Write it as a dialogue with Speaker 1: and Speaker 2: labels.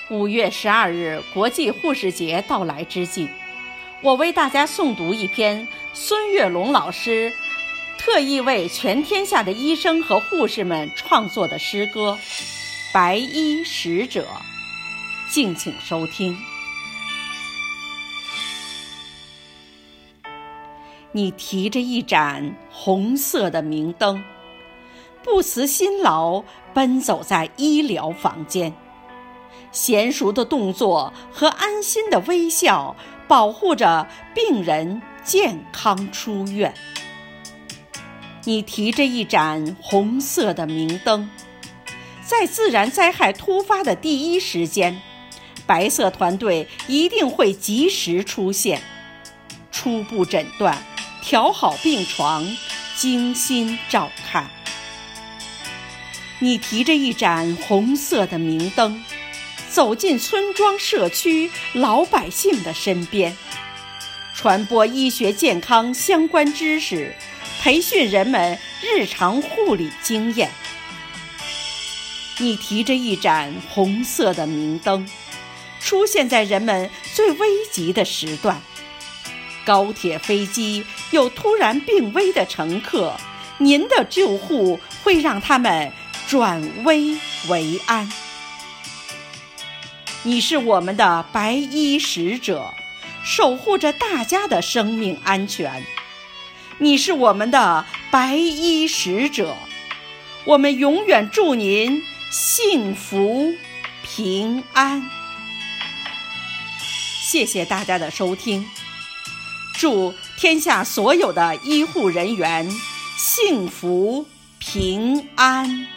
Speaker 1: 5月12日国际护士节到来之际，我为大家诵读一篇孙月龙老师特意为全天下的医生和护士们创作的诗歌《白衣使者》，敬请收听。你提着一盏红色的明灯，不辞辛劳奔走在医疗房间，娴熟的动作和安心的微笑保护着病人健康出院。你提着一盏红色的明灯，在自然灾害突发的第一时间，白色团队一定会及时出现，初步诊断，调好病床，精心照看。你提着一盏红色的明灯，走进村庄社区老百姓的身边，传播医学健康相关知识，培训人们日常护理经验。你提着一盏红色的明灯，出现在人们最危急的时段。高铁、飞机有突然病危的乘客，您的救护会让他们转危为安。你是我们的白衣使者，守护着大家的生命安全。你是我们的白衣使者，我们永远祝您幸福平安。谢谢大家的收听，祝天下所有的医护人员幸福平安。